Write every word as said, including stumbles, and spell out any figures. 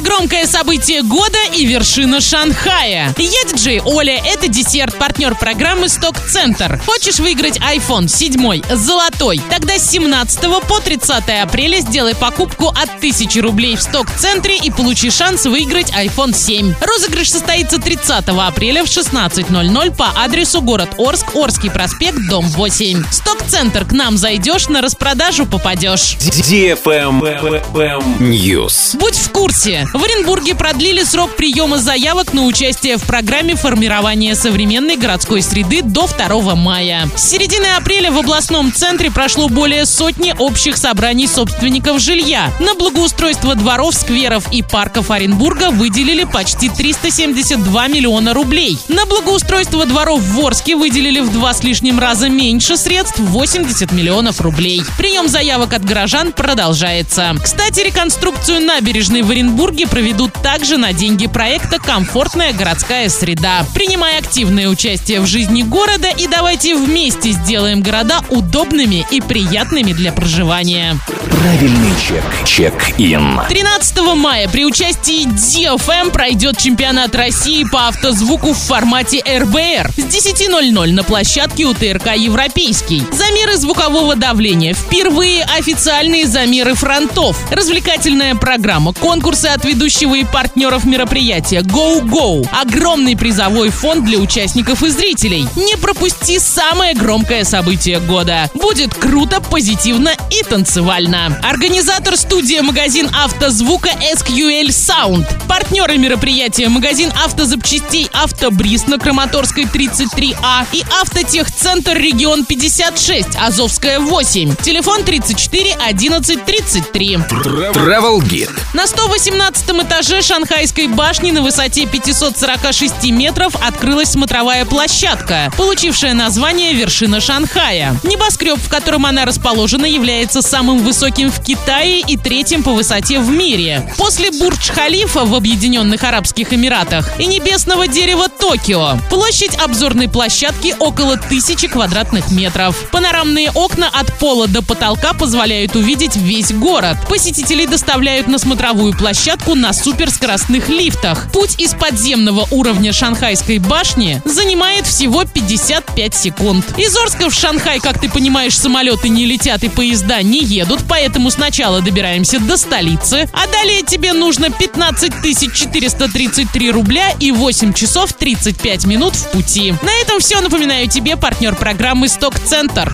громкое событие года и вершина Шанхая. Я диджей Оля, это десерт, партнер программы «Сток-центр». Хочешь выиграть айфон семь золотой? Тогда с семнадцатого по тридцатое апреля сделай покупку от тысячи рублей в «Сток-центре» и получи шанс выиграть айфон семь. Розыгрыш состоится тридцатого апреля в шестнадцать ноль ноль по адресу город Орск, Орский проспект, дом восемь. «Сток-центр», к нам зайдешь, на распродажу попадешь. News. Будь в курсе. В Оренбурге продлили срок приема заявок на участие в программе формирования современной городской среды до второго мая. С середины апреля в областном центре прошло более сотни общих собраний собственников жилья. На благоустройство дворов, скверов и парков Оренбурга выделили почти триста семьдесят два миллиона рублей. На благоустройство дворов в Орске выделили в два с лишним раза меньше средств – восемьдесят миллионов рублей. Прием заявок от горожан продолжается. Кстати, реконструкцию набережной в Оренбурге проведут также на деньги проекта «Комфортная городская среда». Принимай активное участие в жизни города и давайте вместе сделаем города удобными и приятными для проживания. Правильный чек. Чек-ин. тринадцатого мая при участии ди эф эм пройдет чемпионат России по автозвуку в формате эр бэ эр с десяти ноль ноль на площадке у тэ эр ка «Европейский». Замеры звукового давления, впервые официальные замеры фронтов, развлекательная программа, конкурсы от ведущего и партнеров мероприятия «Гоу-Гоу», огромный призовой фонд для участников и зрителей. Не пропусти самое громкое событие года. Будет круто, позитивно и танцевально. Организатор — студия-магазин автозвука эс кью эль Sound. Партнеры мероприятия — магазин автозапчастей «Автобриз» на Краматорской тридцать три а и автотехцентр «Регион пятьдесят шесть», Азовская восемь. Телефон тридцать четыре одиннадцать тридцать три. Travel Guide. На сто восемнадцатом этаже Шанхайской башни на высоте пятьсот сорок шесть метров открылась смотровая площадка, получившая название «Вершина Шанхая». Небоскреб, в котором она расположена, является самым высоким в Китае и третьим по высоте в мире. После Бурдж-Халифа в Объединенных Арабских Эмиратах и небесного дерева Токио. Площадь обзорной площадки около тысячи квадратных метров. Панорамные окна от пола до потолка позволяют увидеть весь город. Посетителей доставляют на смотровую площадку на суперскоростных лифтах. Путь из подземного уровня Шанхайской башни занимает всего пятьдесят пять секунд. Из Орска в Шанхай, как ты понимаешь, самолеты не летят и поезда не едут, поэтому сначала добираемся до столицы, а далее тебе нужно пятнадцать тысяч четыреста тридцать три рубля и восемь часов тридцать пять минут в пути. На этом все. Напоминаю тебе, партнер программы «Сток-центр».